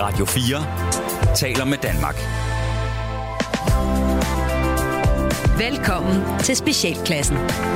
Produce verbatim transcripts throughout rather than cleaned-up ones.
Radio fire taler med Danmark. Velkommen til Specialklassen.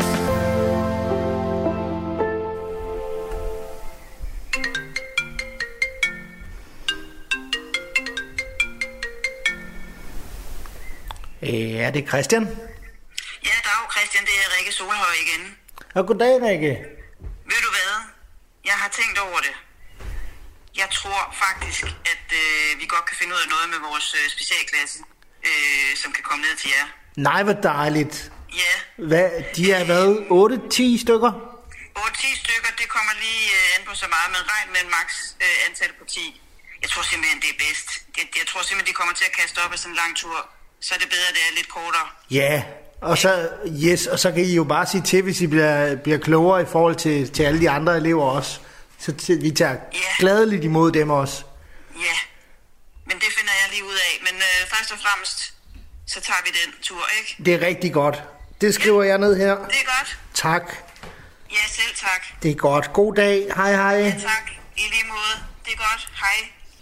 Ja, det er Christian. Ja, dag Christian, det er Rikke Solhøj igen. Og goddag, Rikke. Ved du hvad? Jeg har tænkt over det. Jeg tror faktisk, at øh, vi godt kan finde ud af noget med vores øh, specialklasse, øh, som kan komme ned til jer. Nej, hvor dejligt. Ja. Hvad, de har været otte ti stykker? otte ti stykker, det kommer lige øh, an på så meget, men regn med en maks øh, antal på ti. Jeg tror simpelthen, det er bedst. Jeg, jeg tror simpelthen, de kommer til at kaste op af sådan en lang tur. Så er det bedre, at det er lidt kortere. Ja, og så, yes, og så kan I jo bare sige til, hvis I bliver, bliver klogere i forhold til, til alle de andre elever også. Så til, vi tager yeah. gladeligt imod dem også. Ja, men det finder jeg lige ud af. Men øh, først og fremmest, så tager vi den tur, ikke? Det er rigtig godt. Det skriver jeg ned her. Det er godt. Tak. Ja, selv tak. Det er godt. God dag. Hej, hej. Ja, tak. I lige måde. Det er godt. Hej.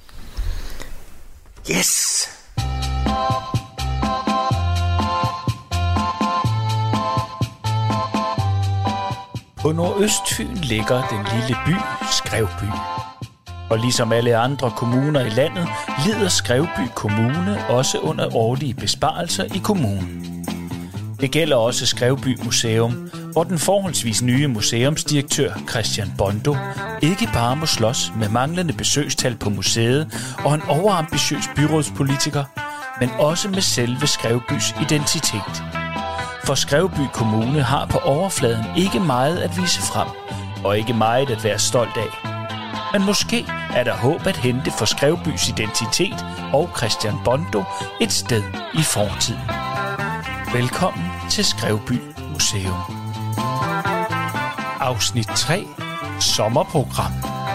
Yes. På Nordøstfyn ligger den lille by Skrevby. Og ligesom alle andre kommuner i landet, lider Skrevby Kommune også under årlige besparelser i kommunen. Det gælder også Skrevby Museum, hvor den forholdsvis nye museumsdirektør Christian Bondo ikke bare må slås med manglende besøgstal på museet og en overambitiøs byrådspolitiker, men også med selve Skrevbys identitet. For Skrevby Kommune har på overfladen ikke meget at vise frem, og ikke meget at være stolt af. Men måske er der håb at hente for Skrevbys identitet og Christian Bondo et sted i fortiden. Velkommen til Skrevby Museum. Afsnit tre. Sommerprogram.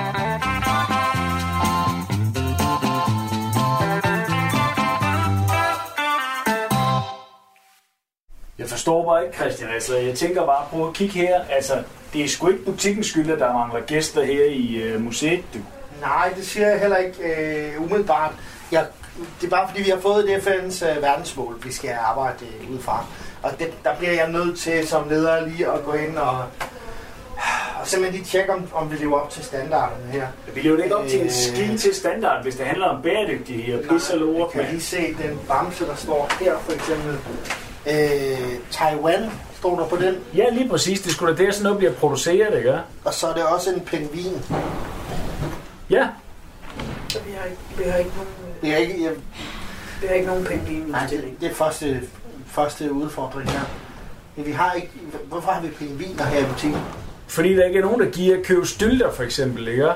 Jeg forstår bare ikke, Christian. Altså, jeg tænker bare på at kigge her. Altså, det er sgu ikke butikkens skyld, at der mangler gæster her i øh, museet, du. Nej, det siger jeg heller ikke øh, umiddelbart. Jeg, det er bare fordi, vi har fået det F N's øh, verdensmål, vi skal arbejde øh, ud fra. Og det, der bliver jeg nødt til som leder lige at gå ind og, og simpelthen lige tjekke, om, om vi lever op til standarderne her. Vi lever ikke op til en skide til standard, hvis det handler om bæredygtighed og pis og lort. Jeg kan lige se den bamse, der står her for eksempel. Øh, Taiwan står der på den. Ja, lige præcis. Det skulle da der sådan noget bliver produceret, ikke? Og så er det også en pingvin. Ja. Så vi har ikke, vi har ikke nogen... Det er ikke... Jeg... Vi har ikke nogen pingvin. Nej, det, det er første, første udfordring her. Men vi har ikke... Hvorfor har vi pingviner her i butikken? Fordi der ikke er nogen, der giver at købe stylter, for eksempel, ikke?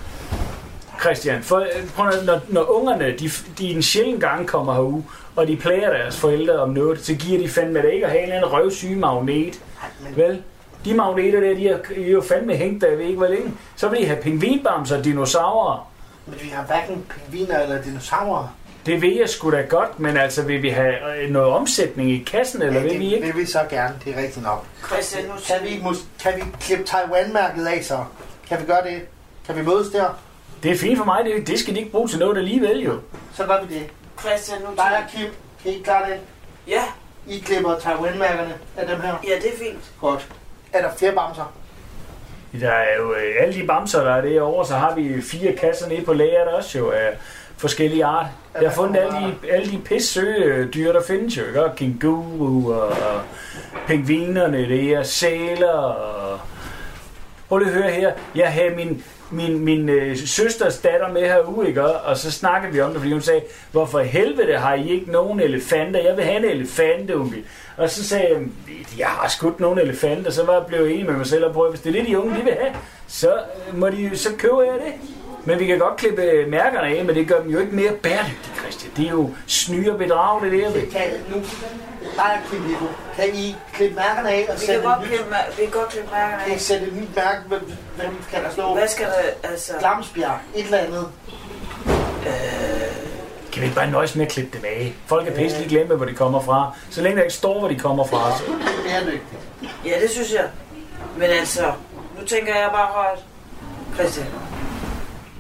Christian, for, prøv, når, når ungerne, de, de en sjældent gang kommer herud, og de plager deres forældre om noget, så giver de fandme det ikke at have en eller anden røvsyge magnet. Men... Vel? De magneter der, de er, de er jo fandme hængt, der jeg ved ikke hvor længe. Så vil de have pingvinbamser og dinosaurer. Men vi har hverken pingviner eller dinosaurer. Det ved jeg sgu da godt, men altså vil vi have noget omsætning i kassen, eller ja, vil det, vi ikke? det vil vi så gerne, det er rigtigt nok. Christian, nu kan vi, kan vi klippe Taiwan-mærket af så? Kan vi gøre det? Kan vi mødes der? Det er fint for mig, det, det skal de ikke bruge til noget alligevel jo. Så gør vi det. Christian, nu dig og Kim, kan I klare det? Ja. I klipper Taiwan-mærkerne af dem her? Ja, det er fint. Godt. Er der flere bamser? Der er jo øh, alle de bamser, der er derovre, så har vi fire kasser nede på lageret også jo af forskellige art. Jeg har fundet alle de, alle de pissøge dyr, der findes jo, ikke? Kænguru og, og pingvinerne der, sæler og... Prøv lige at høre her. Jeg havde min, min, min øh, søsters datter med herude, ikke? Og så snakkede vi om det, fordi hun sagde, hvorfor helvede har I ikke nogen elefanter? Jeg vil have en elefant, onkel. Og så sagde jeg, jeg har skudt nogle elefanter, så var jeg blevet enig med mig selv og prøve, hvis det er det, de unge de vil have, så må de så købe jeg det. Men vi kan godt klippe mærkerne af, men det gør dem jo ikke mere bæredygtige, Christian. Det er jo sny og bedrag, det der. Kan, nu, bare klippe lidt. Kan I klippe mærkerne af og vi sætte kan godt et klippe, vi kan godt klippe mærkerne af. Kan I sætte et nyt mærke? Hvem, hvem kan der stå? Hvad skal der, altså... Glamsbjerg, et eller andet. Øh... Kan vi ikke bare nøjes med at klippe dem af? Folk er pisse lige glemme, hvor de kommer fra. Så længe der ikke står, hvor de kommer fra. Så. Det er bæredygtigt. Ja, det synes jeg. Men altså, nu tænker jeg bare højt. Christian,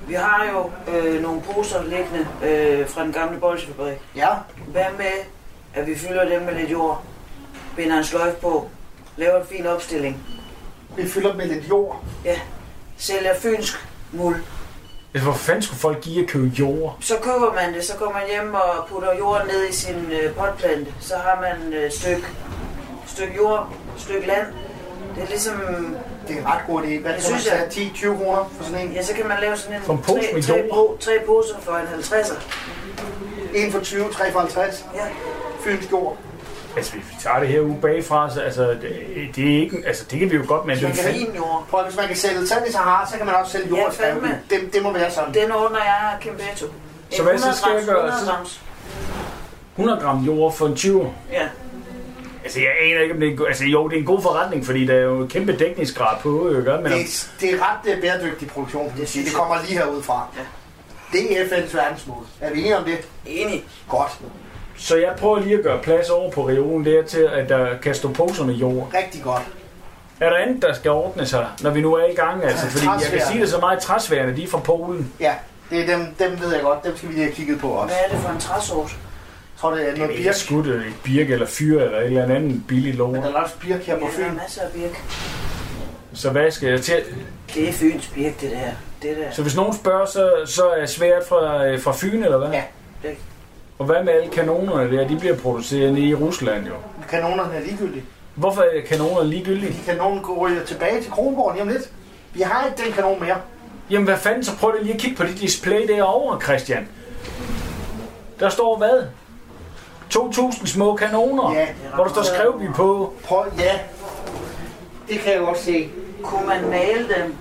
Vi har jo øh, nogle poser liggende øh, fra den gamle bolsjefabrik. Ja. Hvad med, at vi fylder dem med lidt jord, binder en sløjf på, laver en fin opstilling. Vi fylder med lidt jord. Ja, sælger fynsk muld. Altså, hvor fanden skulle folk give at købe jord? Så køber man det, så går man hjem og putter jord ned i sin øh, potplante. Så har man et øh, stykke, stykke jord, et stykke land. Det er ligesom... Det er en ret god idé. Hvad kan man tage? ti til tyve kroner for sådan en? Ja, så kan man lave sådan en... For en pose tre, med tre, jord? tre poser for en halvtredser. en for tyve, tre for halvtreds. Ja. Fynsk jord. Altså, hvis vi tager det her uge bagfra, så altså, det, det er ikke... Altså, det kan vi jo godt, men... Man kan fin jord. Prøv, hvis man kan sælge sand i Sahara, så kan man også sælge jord. Ja, fandme. det, det må være sådan. Den ordner jeg Kæmpeto. Så hvad så skal jeg gøre? hundrede gram jord for en tyver? Ja. Altså, jeg aner ikke, om det er... Altså, jo, det er en god forretning, fordi der er jo en kæmpe dækningsgrad på, jo, gør, men... Det, det er ret uh, bæredygtig produktion, det, det kommer lige herudfra. Ja. Det er F N's verdensmål. Er vi enige om det? Enig. Godt. Så jeg prøver lige at gøre plads over på reolen der til, at der kan stå poser med jord. Rigtig godt. Er der andet, der skal ordne sig, når vi nu er i gang? Altså, fordi jeg kan sige det så meget, træsværende, de er fra Polen. Ja, det er dem, dem ved jeg godt. Dem skal vi lige have kigget på også. Hvad er det for en træsort? Jeg tror, det er noget Det er birk. skudt et birk eller fyr eller et eller andet billigt lort. Men der er også birk her på Ja, Fyn. der er masser af birk. Så hvad skal jeg til? Det er Fyns birk, det der. Det der. Så hvis nogen spørger, så, så er svært fra, fra Fyn, eller hvad? Ja. Det. Og hvad med alle kanonerne der? De bliver produceret nede i Rusland jo. Kanonerne er ligegyldige. Hvorfor er kanonerne ligegyldige? De kanoner går tilbage til Kronborg lige om lidt. Vi har ikke den kanon mere. Jamen hvad fanden, så prøv lige at kigge på det display derovre, Christian. Der står hvad? to tusind små kanoner, Ja, hvor der står Skrevby på. Prøv, ja. Det kan jeg godt se. Kunne man male dem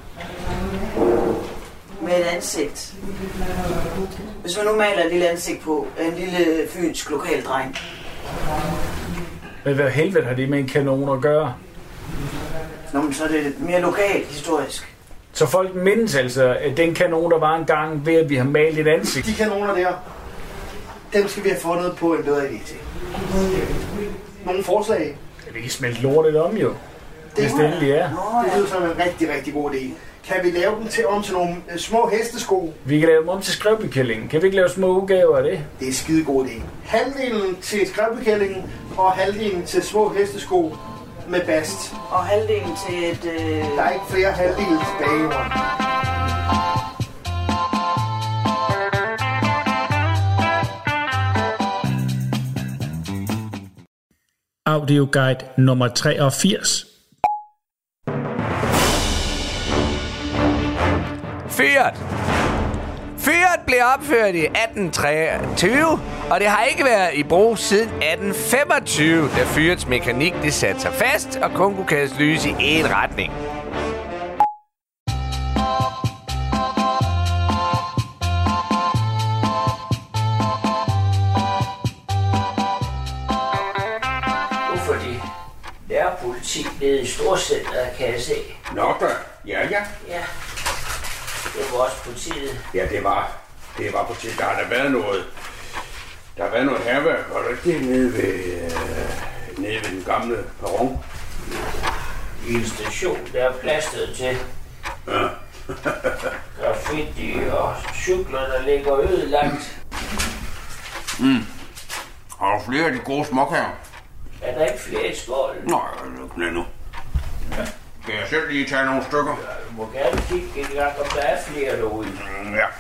med et ansigt? Hvis man nu maler et lille ansigt på en lille fynsk lokaldreng. Men hvad helvede har det med en kanon at gøre? Nå, men så er det mere lokalt historisk. Så folk mindes altså, at den kanon, der var engang ved, at vi har malet et ansigt. De kanoner der, dem skal vi have fundet på en bedre idé til. Nogle forslag? Ja, vi kan smelte lortet om jo, hvis det endelig er. Det lyder som en rigtig, rigtig god idé. Kan vi lave dem til, om til nogle øh, små hestesko? Vi kan lave dem om til Skrevbykællingen. Kan vi ikke lave små udgaver af det? Det er en skide god idé. Halvdelen til Skrevbykællingen og halvdelen til små hestesko med bast. Og halvdelen til et... Øh... Der er ikke flere halvdele tilbage, Johan. Audioguide nummer treogfirs. Fiat. Fiat blev opført i atten treogtyve, og det har ikke været i brug siden atten femogtyve, da Fiats mekanik det satte sig fast og kun kunne kastes lys i én retning. Fordi der er politi nede i Storcenteret, kan jeg se. Nå da, ja ja. Ja, det var også politiet. Ja, det var, det var på til. Der har der været noget, der har været noget hærværk, var der ikke det nede ved, øh, nede ved den gamle perron? I en station, der er plastet til. Ja. Graffiti og cykler, der ligger ødelagt. Mm. Har du flere af de gode småkager? Er der ikke flere i skålen? Nej, det er nu. Ja. Kan jeg selv lige tage nogle stykker? Ja, du må gerne kigge en gang, om der er flere derude. Mm, ja.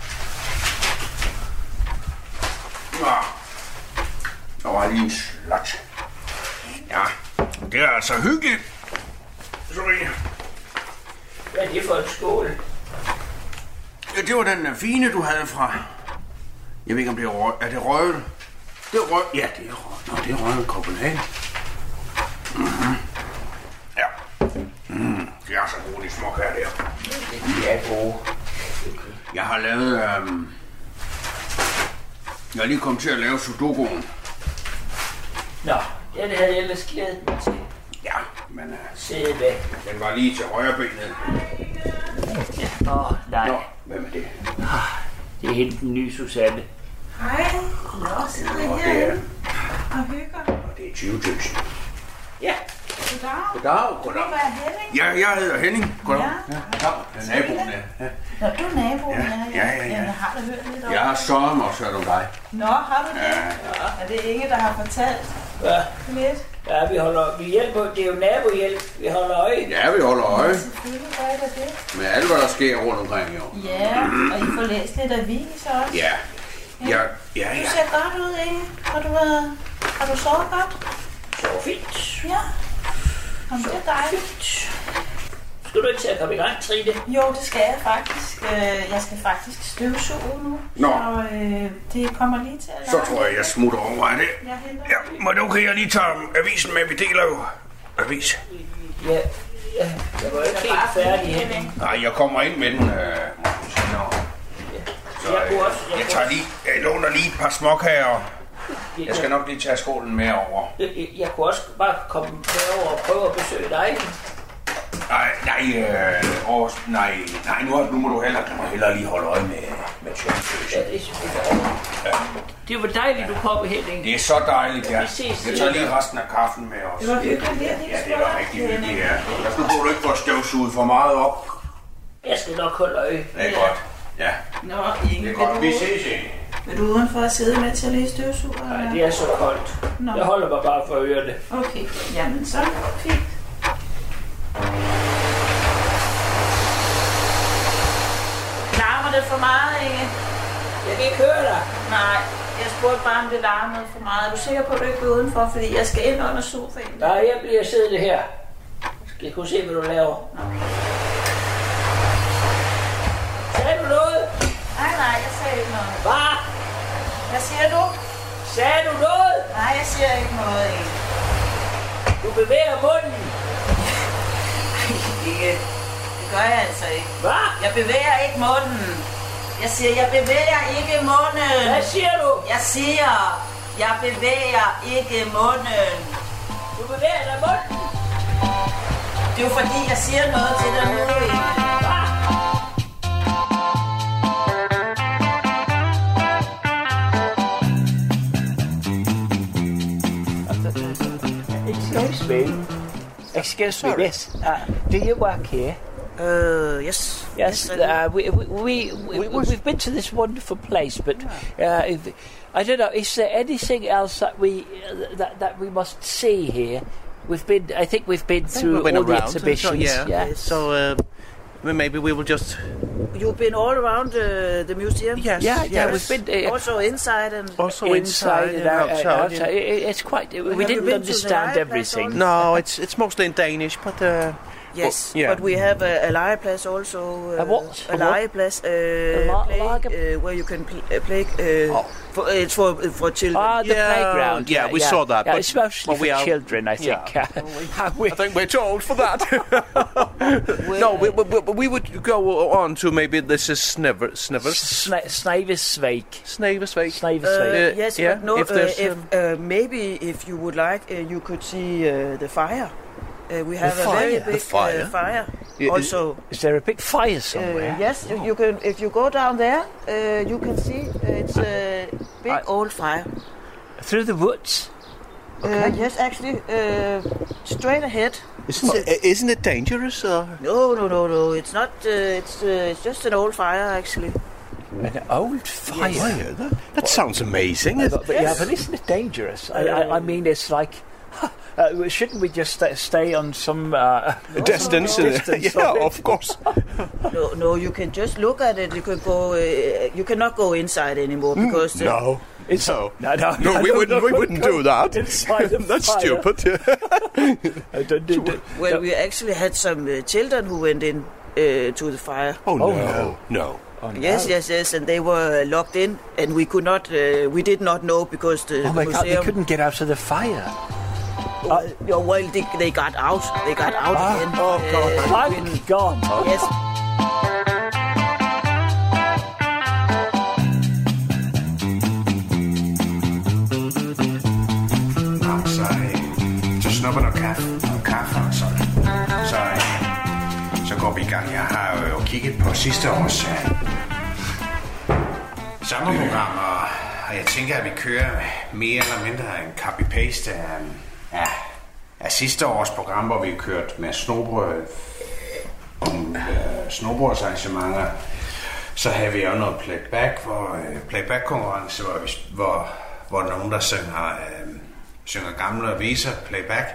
Ja. Der var lige en slat. Ja, det er altså hyggeligt. Sorry. Hvad er det for en skål? Ja, det var den fine, du havde fra... Jeg ved ikke, om det er røg. Er det røg? Det er røg. Ja, det er røg. Nå, det er røg i Copenhagen. Mhm. Ja. Mm, det er så gode, de småkager der. De er gode. Jeg har lavet... Øhm... Jeg er lige kommet til at lave sudoku'en. Nå, den havde jeg ellers glædet mig til. Ja, men... Øh... Se hvad. Den var lige til højre benet. Åh, oh, nej. Nå, hvem er det? Det er helt den nye Susanne. Hej. Nå, sidder I Og det her er... og hygger. Og det er tyve tusind. Ja. Goddag, goddag. Du er Henning. Ja, jeg hedder Henning. Goddag. Ja. Ja, ja, naboen er. Ja. Nå, du er naboen, Ja, ja. ja, ja, ja. Jeg har da hørt lidt om. Jeg har sørget også hørt om dig. Nå, har du det? Ja. Er det Inge, der har fortalt Ja, lidt? ja vi, holder, vi hjælper, det er jo nabohjælp. Vi holder øje. Ja, vi holder øje Selvfølgelig gør jeg da det. med alt, hvad der sker rundt omkring i år. Ja, og I får læst lidt avis også. Ja, ja, ja, Du ja. ser godt ud, Inge. Har du, uh, har du sovet godt? Så fint. Ja. Jamen, det er dejligt. Skal du ikke til at komme i gang, Trine? Jo, det skal jeg faktisk. Øh, Jeg skal faktisk støvsuge nu. Nå. Så øh, det kommer lige til at Så lege. tror jeg, jeg smutter over af det. Jeg henter Ja, må du kan jeg lige tage avisen med? Vi deler jo avis. Ja, ja. Jeg var ikke helt færdig, Henning. Nej, jeg kommer ind med den. Øh, så Jeg kunne også. øh, jeg tager lige, jeg låner lige et par småkager. Jeg skal nok lige tage skålen med over. Jeg, jeg, jeg kunne også bare komme derover og prøve at besøge dig. Nej, nej, øh, års, nej, nej, nu, nu må du heller, du må hellere lige holde øje med, med tjørnføsen. Ja, det er selvfølgelig. Ja. Det var dejligt, du kom, Henning. Det er så dejligt, ja. Vi ses. Jeg tager lige resten af kaffen med os. Det var hyggeligt. Ja, det var rigtig hyggeligt, ja. Nu får du ikke få støvsuget for meget op. Jeg skal nok holde øje. Det er godt, ja. Nå, Det Inge, er vil godt, du, vi ses, Inge. vil du udenfor at sidde med til at læse støvsuger? Nej, det er så koldt. Nå. Jeg holder mig bare for ørerne. Okay, jamen så fint. Larmer det for meget, Inge? Jeg kan ikke høre dig. Nej, jeg spurgte bare, om det larmede for meget. Er du sikker på, at du ikke vil udenfor? Fordi jeg skal ind under sofaen. Nej, jeg bliver siddende her. Skal jeg kunne se, hvad du laver? Sagde du noget? Nej, nej, jeg sagde ikke noget. Hvad? Hvad siger du? Sagde du noget? Nej, jeg siger ikke noget, Inge. Du bevæger munden. Inge, det gør jeg altså ikke. Hvad? Jeg bevæger ikke munden. Jeg siger, jeg bevæger ikke munden. Hvad siger du? Jeg siger, jeg bevæger ikke munden. Du bevæger dig munden. Det er jo fordi, jeg siger noget til dig nu, Inge. Hvad? Excuse me. Excuse me, yes. Uh, do you work here? Uh, yes. Yes, uh, we, we, we, we, we've been to this wonderful place, but uh, if, I don't know, is there anything else that we uh, that, that we must see here? We've been, I think we've been through We've been all the around, exhibitions. so, yeah. yeah. So uh, well, maybe we will just. You've been all around uh, the museum? Yes. Yeah, yeah, yes. we've been uh, Also inside and... Also inside, and and out- outside. outside. It- It's quite. We Have you didn't been to the understand Legeplads everything. also? No, it's it's mostly in Danish, but uh, Yes, Well, yeah. but we have a, a legeplads also. Uh, A what? A A what? legeplads, uh, la- play, lege- uh, where you can pl- uh, play. Uh, Oh. for, uh, it's for for children. Ah, the Yeah, playground. yeah, we saw that, Yeah, but- it's mostly but we for are- children, I think. yeah. We- I think we're too old for that. no, we, we, we, we would go on to maybe this is Snever, Snevers, Sna- Snavesvik. Snavesvik. Snavesvik. Uh, Uh, yes, yeah, but no. if uh, there's, if, um, uh, maybe if you would like, uh, you could see uh, the fire. Uh, we have a fire? very The big fire? Uh, fire. Yeah, Also, Is there a big fire uh, somewhere? yes, you, you can. If you go down there, uh, you can see uh, it's a big I- old fire. Through the woods? Uh, yes, actually, uh, straight ahead. Isn't it, isn't it dangerous? Or? No, no, no, no. It's not. Uh, it's uh, it's just an old fire, actually. An old fire? Fire? That, that sounds amazing. Uh, but, but, yeah, but isn't it dangerous? I, I, I mean, it's like, uh, shouldn't we just sta stay on some uh, Distance, some uh, distance yeah, of it? of course. No, no. You can just look at it. You can go. Uh, you cannot go inside anymore because. Uh, No, It's no, no, no, no, we wouldn't. We wouldn't do that. Inside the That's fire. stupid. Uh, d- d- d- Well, we actually had some uh, children who went in uh, to the fire. Oh, Oh, no, no. no. Oh, no. Yes, yes, yes, and they were locked in, and we could not. Uh, we did not know because the Oh my God! They museum. couldn't get out of the fire. Well, yeah, well, they, they got out. They got out Ah, again. oh God! Uh, Thank when- God! Yes. Nå, så, øh, så snupper noget kaffe, noget kaffe og sådan. Så, øh, så går vi i gang. Jeg har jo kigget på sidste års øh, sommerprogram, og, og jeg tænker, at vi kører mere eller mindre en copy-paste. Øh, ja, af sidste års program, hvor vi kørte med snobrød om øh, snowboardsarrangementer, så havde vi jo noget playback, hvor øh, playback-konkurrence, hvor, vi, hvor, hvor nogen, der synger, øh, synger gamle viser playback.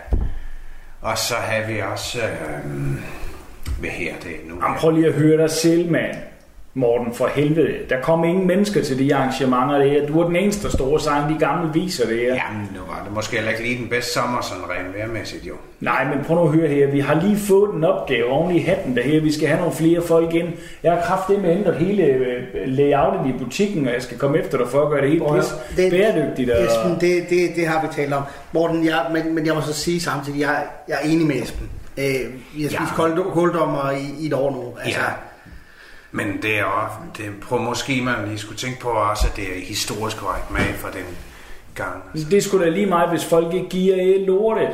Og så havde vi også, øh, hvad her det nu? Jamen, prøv lige at høre dig selv, mand. Morten, for helvede. Der kom ingen mennesker til de arrangementer der. Du var den eneste, der store sang, de gamle viser det her. Jamen, nu var det måske heller ikke lige den bedste sommer, sådan rent vejrmæssigt jo. Nej, men prøv nu at høre her. Vi har lige fået en opgave oven i hatten der her. Vi skal have nogle flere folk ind. Jeg har kraftedeme ændret hele layoutet i butikken, og jeg skal komme efter dig for at gøre det helt pis det, bæredygtigt. Og... Esben, det, det, det har vi talt om. Morten, jeg, men, men jeg må så sige samtidig, jeg, jeg er enig med Esben. Øh, vi har spist ja. kolddommer i, i et år nu. Altså, ja. Men det er også, det prøv måske man lige skulle tænke på også, at det er historisk korrekt med for den gang. Det skulle da lige meget, hvis folk ikke giver et lortet.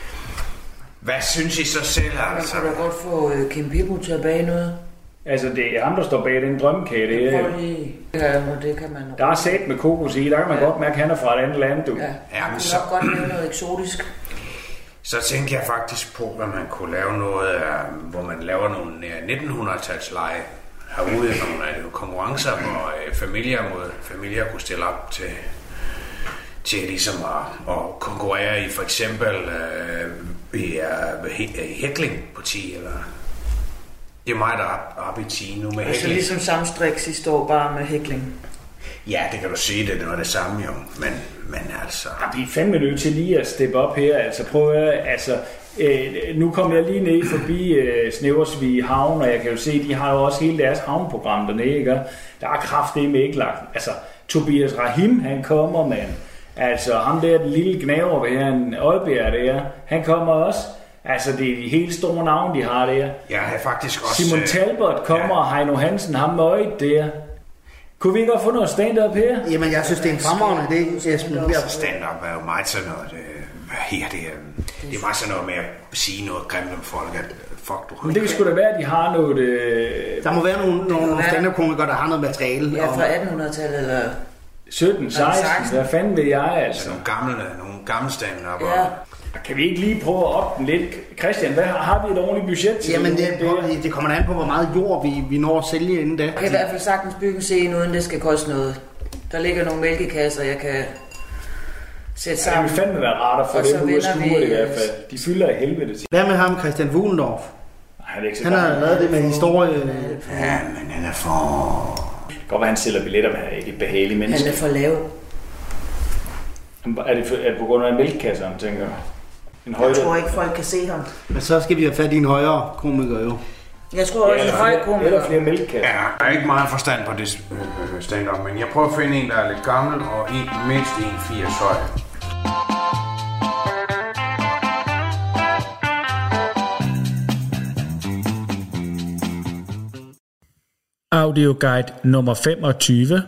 Hvad synes I så selv, altså? Man kunne da godt få uh, Kim Pippo til at bage noget. Altså, det er ham, der står bag den drømmekage, det er. Ja, det kan man. Der er sat med kokos i, der kan man ja. godt mærke, at han er fra et andet land, du. Ja, ja men så nok godt lave noget eksotisk. Så tænker jeg faktisk på, at man kunne lave noget, hvor man laver nogle nitten hundrede-tals lege herude, nogle konkurrencer, hvor familier mod familier kunne stille op til, til ligesom at, at konkurrere i for eksempel øh, i uh, hæklingparti, eller det er mig, der er oppe i ti nu med hækling. Altså ligesom samstrik sidste år, bare med hækling. Ja, det kan du sige, det, det var det samme jo, men, men altså... Ja, vi er fandme nødt til lige at steppe op her, altså prøv at, altså... Øh, nu kom jeg lige ned forbi øh, Snæversvig Havn, og jeg kan jo se, de har jo også hele deres havnprogram dernede, ikke? Der er kraftedeme ikke lagt. Altså, Tobias Rahim, han kommer, mand. Altså, ham der, den lille gnaver ved her, en Oddbjerg der, han kommer også. Altså, det er de helt store navne, de har der. Jeg har faktisk også... Simon Talbot kommer, ja. Og Heino Hansen, ham med øjet der. Kunne vi ikke godt få noget stand-up her? Jamen, jeg synes, det er en fremragende idé, Esben. Stand-up er jo meget sådan noget... Det, her, det, er, det er meget sådan noget med at sige noget grimt om folk, at fuck, du har... Men det kan sgu da være, at de har noget... Øh... Der må være nogle, nogle stand-up-komikere, der har noget materiale. Ja, fra attenhundredetallet eller... sytten, seksten, hvad fanden ved jeg, altså? Nogle gamle, nogle gamle stand-up. Ja. Kan vi ikke lige prøve at op den lidt? Christian, hvad, har vi et ordentligt budget til? Jamen, det, det, det kommer an på, hvor meget jord vi, vi når at sælge inden da. Jeg kan i hvert fald sagtens bygge en scene, uden det skal koste noget. Der ligger nogle mælkekasser, jeg kan sætte sammen. Ja, det vil fandme være rart at få dem ud af skuret i hvert fald. De fylder af helvede til. Hvad med ham, Christian Fuglendorf? Han, er ikke så han har lavet det med historie. Ja, men han er for... Det kan godt være, han sælger billetter, men han er ikke et behageligt menneske. Han er for lav. Er det, for, er det på grund af mælkekasser, han tænker? En jeg tror ikke, folk kan se ham. Men så skal vi have fat i en højere komiker jo. Jeg tror også, ja, en høj komiker. Eller flere mælkekasser. Ja, jeg har ikke meget forstand på det stand-up, men jeg prøver at finde en, der er lidt gammel og en, mindst en firs høj. Audioguide nummer femogtyve.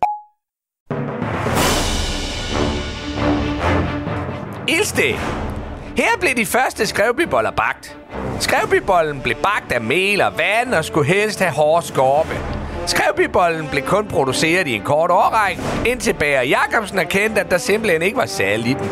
Ildsted. Her blev de første skrevbyboller bagt. Skrevbybollen blev bagt af mel og vand og skulle helst have hårde skorpe. Skrevbybollen blev kun produceret i en kort årrække, indtil bager Jacobsen erkendte, at der simpelthen ikke var salg i den.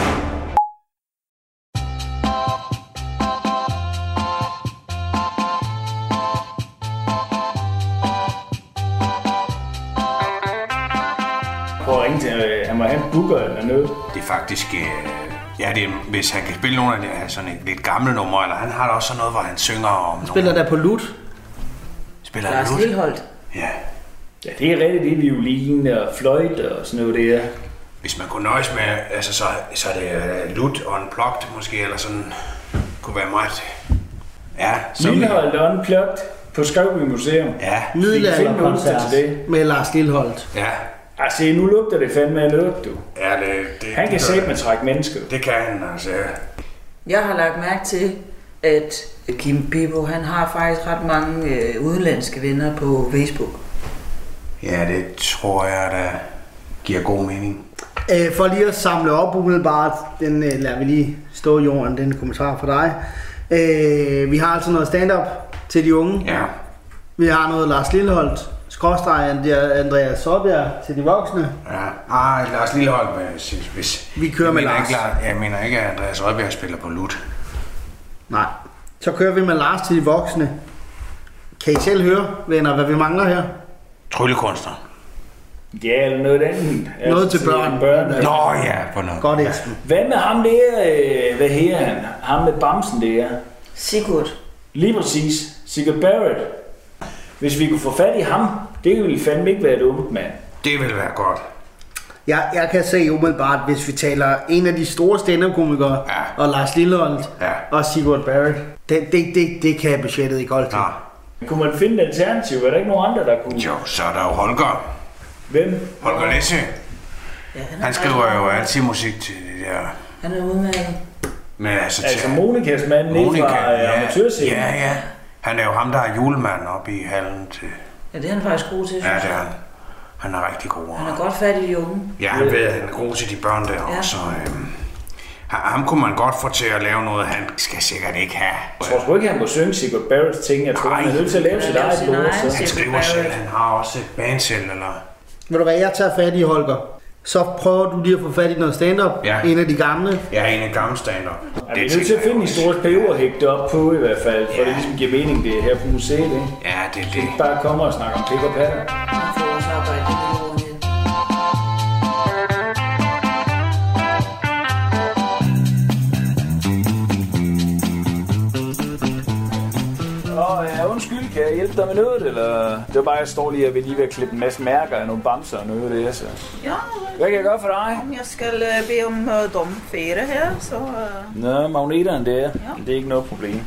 Prøv at ringe til, øh, han må have en booker eller noget. Det er faktisk... Øh, ja, det er, hvis han kan spille nogle af de her sådan et lidt gamle numre, eller han har da også sådan noget, hvor han synger om... Han spiller der på lut. Spiller der lut? Lilleholdt. Ja. Ja, det er rigtigt, det er violin og fløjte og sådan noget der. Hvis man kunne nøjes med, altså så, så er det uh, lut og unplugged måske, eller sådan, kunne være meget... Ja, så... Lilleholdt og unplugged på Skrevby Museum. Ja. Middelalderkoncert med Lars Lilleholdt. Ja. Altså, nu lugter det fandme af noget, du. Ja, det... det han kan sætte med trække mennesker. Det kan han, altså. Jeg har lagt mærke til, at Kim Pippo, han har faktisk ret mange øh, udenlandske venner på Facebook. Ja, det tror jeg, der giver god mening. Øh, for lige at samle op umiddelbart, den øh, lader vi lige stå i jorden, den kommentar for dig. Øh, vi har altså noget stand-up til de unge. Ja. Vi har noget Lars Lilleholdt, skråstreg Andreas Sorbjerg til de voksne. Ja, ah, Lars Lilleholm, hvis, hvis... Vi kører med Lars. Ikke, jeg mener ikke, at Andreas Rødbjerg spiller på lut. Nej. Så kører vi med Lars til de voksne. Kan I selv høre, venner, hvad vi mangler her? Tryllekunstner. Ja, eller noget andet. Noget altså, til børn. børn. Nå ja, på noget. Godt, Esben. Hvad med ham der, hvad her han? Ham med bamsen der. Sigurd. Lige præcis. Sigurd Barrett. Hvis vi kunne få fat i ham, det ville fandme ikke være dumt, mand. Det ville være godt. Jeg, jeg kan se umiddelbart, hvis vi taler en af de store stand-up-komikere, ja. og Lars Lilleholdt, ja. og Sigurd Barrett, det, det, det, det kan budgettet ikke holde til. Ja. Kunne man finde et alternativ? Er der ikke nogen andre, der kunne? Jo, så er der jo Holger. Hvem? Holger Læsø. Ja, han, han skriver jo altid musik til det der. Han er udmærket. Men altså, altså Monikas mand nede fra ja, amatørscenen. Ja, ja. Han er jo ham, der er julemand oppe i hallen til... Ja, det er han faktisk god til, synes Ja, det er han. Han er rigtig god. Han er godt fat i de unge. Ja, han ved, at han er god til de børn der. Ja. Så, øhm, ham kunne man godt få til at lave noget, han skal sikkert ikke have. Jeg tror sgu ikke, han må synge Sigurd Barretts ting. Jeg tror, Ej, han er nødt til at lave sit eget blod. Han skriver selv, han har også et band selv, eller... Ved du hvad, jeg tager fat i, Holger. Så prøver du lige at få fat i noget stand-up. Ja. En af de gamle. Ja, en af de gamle stand-up. Ja, vi er nødt til at finde en stor periode at hægte op på i hvert fald, for ja. Det ligesom giver mening, det er her på museet, ikke? Ja, det er det. Ikke bare komme og snakke om pik og patter. Man får også arbejde i jorden igen. Åh, ja, undskyld, kan jeg hjælpe dig med noget, eller? Det var bare, jeg står lige og vil lige ved at klippe en masse mærker af nogle bamser og noget af det, så. Ja. Hvad kan jeg gøre for dig? Om jeg skal uh, bede om uh, domfære her, så... Uh... Nå, magneteren der. Ja. Det er ikke noget problem.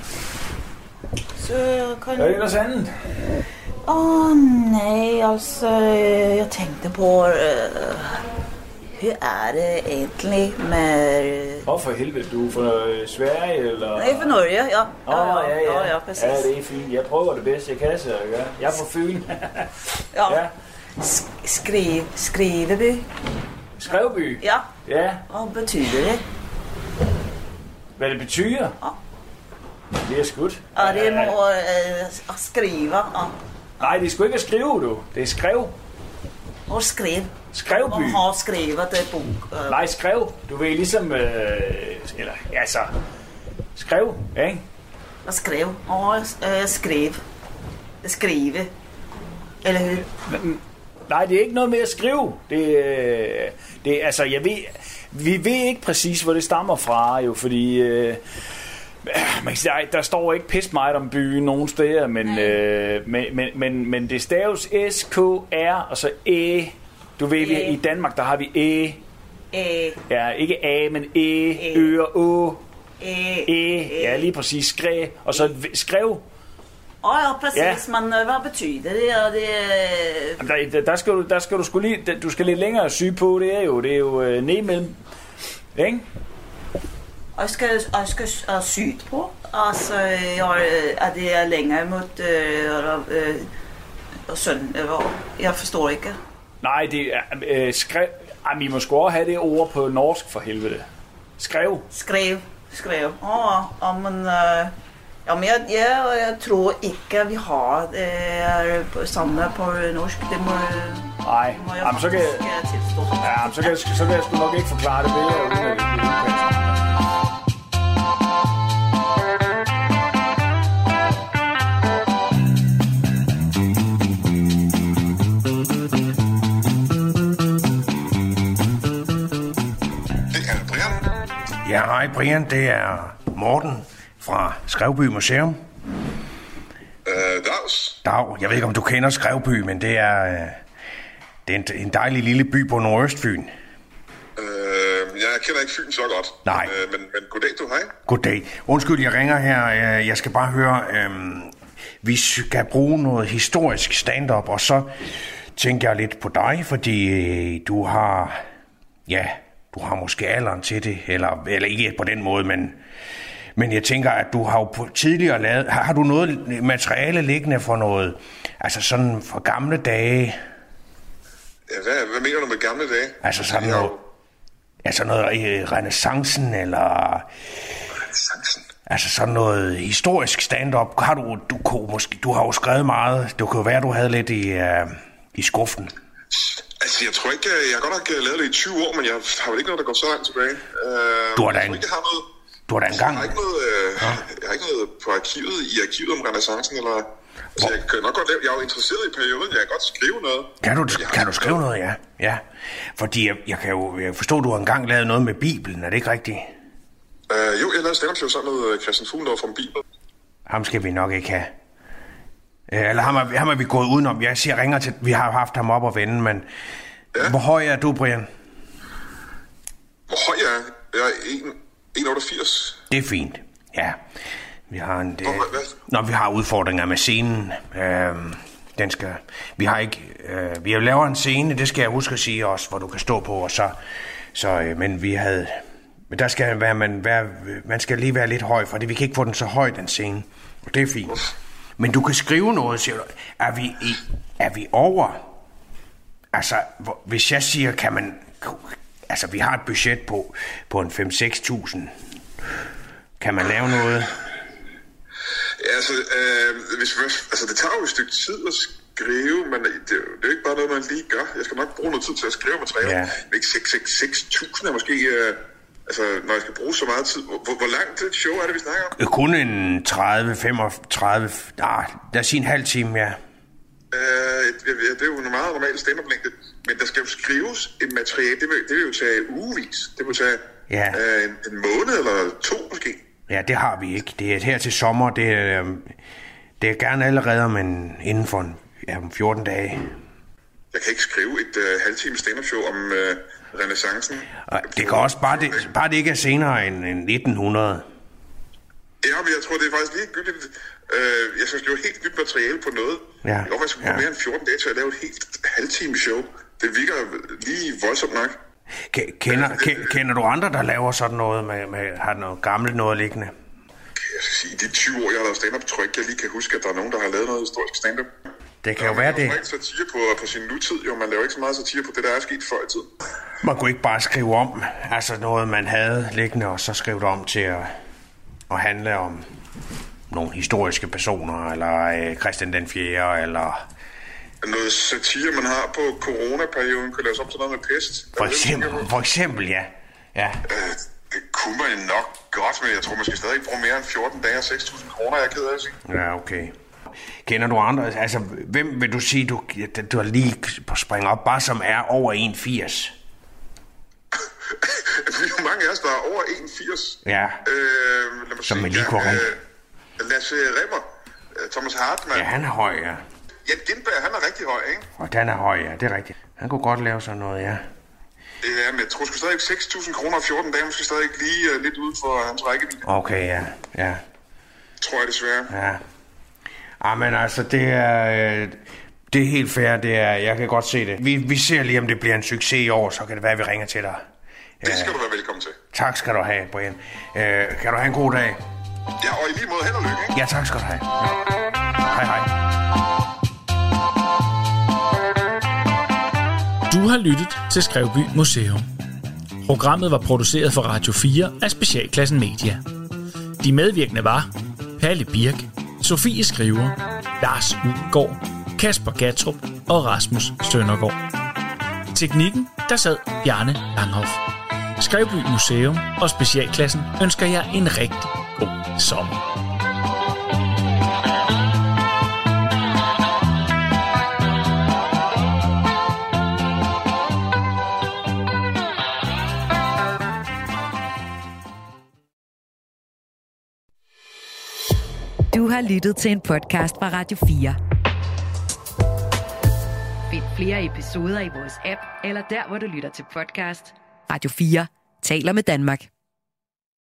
Så kan... Hvad er ellers andet? Åh, oh, nej, altså, jeg tænkte på... Uh... Hur er det egentlig med... Åh, oh, for helvede, du er fra Sverige, eller? Nej, for Norge, ja. Åh, oh, ja, ja. ja, ja, præcis. Ja, det er fint. Jeg prøver det bedste, jeg kan, så jeg gør. Jeg er fra Fyn. ja. ja. Skriv, Skriveby. Skrevby? Ja. Ja. Hvad betyder det? Hvad det betyder? Ja. Det er skudt. Ja, det må øh, at skrive. Ja. Nej, det er sgu ikke at skrive, du. Det er skrev. Og skriv. Skrevby. Man har skrevet det bog. Øh. Nej, skrev. Du ved ligesom... Øh, eller, altså... Skrev, ikke? Og skrev. Og øh, skrev. Skrive. Eller hur? Nej, det er ikke noget med at skrive. Det, det altså, jeg ved... Vi ved ikke præcis, hvor det stammer fra, jo, fordi... Øh, man kan sige, der står ikke pis meget om byen nogen steder, men, øh, men, men, men, men det staves S K R og så Æ. Du ved, vi, i Danmark, der har vi Æ. Æ. Ja, ikke A, men Æ, Ø og Å. Æ. Æ. Ja, lige præcis. Skræ. Og så skrev. Åh oh, ja, præcis. Ja. Men hvad betyder det? Og det Jamen, der, der, skal du, der skal du skulle lige, du skal lidt længere syge på, det er jo, det er jo øh, ned mellem. Ikke? Og jeg skal, jeg skal uh, sygt på. Altså, jeg, er det længere mod øh, øh, søn. Jeg forstår ikke. Nej, det er øh, skrev. Jamen, I må sgu også have det ord på norsk for helvede. Skrev. Skrev. Skrev. Åh, oh, men... Øh, ja, men jeg, jeg, jeg tror ikke, at vi har det samme på norsk. Det må, Nej, må jeg jamen, så kan jeg, tilstå. Ja, så kan, så kan jeg sgu nok ikke forklare det bedre, uden at det bliver ukendt. Ja, hej Brian, det er Morten fra Skrevby Museum. Øh, Dags. Dag, jeg ved ikke om du kender Skrevby, men det er, øh, det er en, en dejlig lille by på Nordøstfyn. Øh, jeg kender ikke Fyn så godt. Nej. Men, øh, men, men goddag du, hej. Goddag. Undskyld, jeg ringer her. Jeg skal bare høre, øh, vi skal bruge noget historisk stand-up, og så tænker jeg lidt på dig, fordi du har, ja... Du har måske alderen til det, eller, eller ikke på den måde, men, men jeg tænker, at du har jo tidligere lavet... Har, har du noget materiale liggende for noget, altså sådan for gamle dage? Ja, hvad, hvad mener du med gamle dage? Altså sådan ja. noget... Altså noget i renæssancen, eller... Renæssancen? Altså sådan noget historisk stand-up. Har du, du, kunne, måske, du har jo skrevet meget. Det kunne jo være, du havde lidt i, uh, i skuffen. Altså, jeg tror ikke, jeg har godt nok lavet det i tyve år, men jeg har vel ikke noget, der går så langt tilbage. Uh, du har da en... en... Jeg har noget... Du har da engang... Jeg har ikke noget, øh, ja. jeg har ikke noget på arkivet, i arkivet om renaissancen, eller... Altså, jeg kan nok godt lave... Jeg er jo interesseret i perioden, jeg kan godt skrive noget. Kan du, kan du skrive noget, ja? Ja. Fordi jeg, jeg kan jo jeg forstå, at du har engang lavet noget med Bibelen, er det ikke rigtigt? Uh, jo, jeg lavede stand-up sammen med Christian Fuglendorf fra Bibelen. Ham skal vi nok ikke have. Uh, eller ham er, ham er vi gået udenom. Jeg siger, ringer til... Vi har haft ham op og vende, men... Ja. Hvor høj er du, Brian? Hvor høj er jeg? Jeg er en komma otteogfirs. Det er fint, ja. Vi har en... Det, når vi har udfordringer med scenen, øh, den skal... Vi har ikke... Øh, vi har lavet en scene, det skal jeg huske at sige også, hvor du kan stå på, og så... så øh, men vi havde... Men der skal være, man, være, man skal lige være lidt høj, for det, vi kan ikke få den så høj, den scene. Og det er fint. Men du kan skrive noget, siger du. Er vi, i, er vi over? Altså, hvor, hvis jeg siger, kan man... Altså, vi har et budget på, på en fem til seks tusind. Kan man lave noget? Ja, altså, øh, hvis, altså, det tager jo et stykke tid at skrive, men det, det er jo ikke bare noget, man lige gør. Jeg skal nok bruge noget tid til at skrive materiale. Ja. Men ikke seks tusind er måske... Øh, altså, når jeg skal bruge så meget tid. Hvor, hvor langt et show er det, vi snakker om? Kun en tredive, femogtredive... Nej, lad os sige en halv time, ja. Øh, det er jo en meget normal stand-up-længde, men der skal jo skrives et materiale, det vil, det vil jo tage ugevis, det vil tage ja. øh, en, en måned eller to måske. Ja, det har vi ikke. Det er her til sommer, det er, det er gerne allerede, men inden for en, ja, om fjorten dage. Jeg kan ikke skrive et uh, halvtime stand-up-show om uh, renaissancen. Og det kan også, bare det, bare det ikke er senere end, end nitten hundrede. Ja, men jeg tror, det er faktisk lige gyldigt. Uh, jeg skal skrive helt nyt materiale på noget. Ja. Jeg tror, jeg skal bruge ja. mere end fjorten dage til at lave et helt halvtime show. Det virker lige voldsomt nok. Kender, kender du andre, der laver sådan noget, med, med har noget gammelt noget liggende? Jeg skal sige, i de tyve år, jeg har lavet stand-up, tror jeg ikke, jeg lige kan huske, at der er nogen, der har lavet noget historisk stand-up. Det kan jo være det. Man laver ikke satire på, på sin nutid, jo. Man laver ikke så meget satire på det, der er sket før i tiden. Man kunne ikke bare skrive om, altså noget, man havde liggende, og så skrive det om til at, at handle om nogle historiske personer, eller øh, Christian den fjerde, eller... Noget satire, man har på coronaperioden, kan laves op til noget med pest. For eksempel, for eksempel, ja. ja. Øh, det kunne man nok godt, men jeg tror, man skal stadig bruge mere end fjorten dage og seks tusind kroner, jeg er ked af at sige. Ja, okay. Kender du andre? Altså, hvem vil du sige, du, du har lige på spring op, bare som er over en komma firs? Vi er jo mange af os, der er over en komma firs. Ja, øh, som er lige korrekt. Øh, Lasse Remmer, Thomas Hartmann. Ja, han er høj, ja. Jens Gindberg, han er rigtig høj, ikke? Og den er høj, ja, det er rigtigt. Han kunne godt lave sådan noget, ja. Ja, men jeg tror sgu stadig seks tusind kroner og fjorten dage, måske stadig lige uh, lidt ude for hans rækkevidde. Okay, ja, ja. Tror jeg desværre. Ja. Ah, men altså, det er... Øh, det er helt fair, det er... Jeg kan godt se det. Vi, vi ser lige, om det bliver en succes i år, så kan det være, at vi ringer til dig. Det skal du være velkommen til. Tak skal du have, Brian. Øh, kan du have en god dag? Ja, og i lige måde held og lykke, ikke? Ja, tak skal du have. Hej, hej. Du har lyttet til Skrevby Museum. Programmet var produceret for Radio fire af Specialklassen Media. De medvirkende var Palle Birk, Sofie Skriver, Lars Udgaard, Kasper Gatrup og Rasmus Søndergaard. Teknikken, der sad Bjarne Langhoff. Skrevby Museum og Specialklassen ønsker jer en rigtig god sommer. Du har lyttet til en podcast fra Radio fire. Find flere episoder i vores app, eller der, hvor du lytter til podcast. Radio fire taler med Danmark.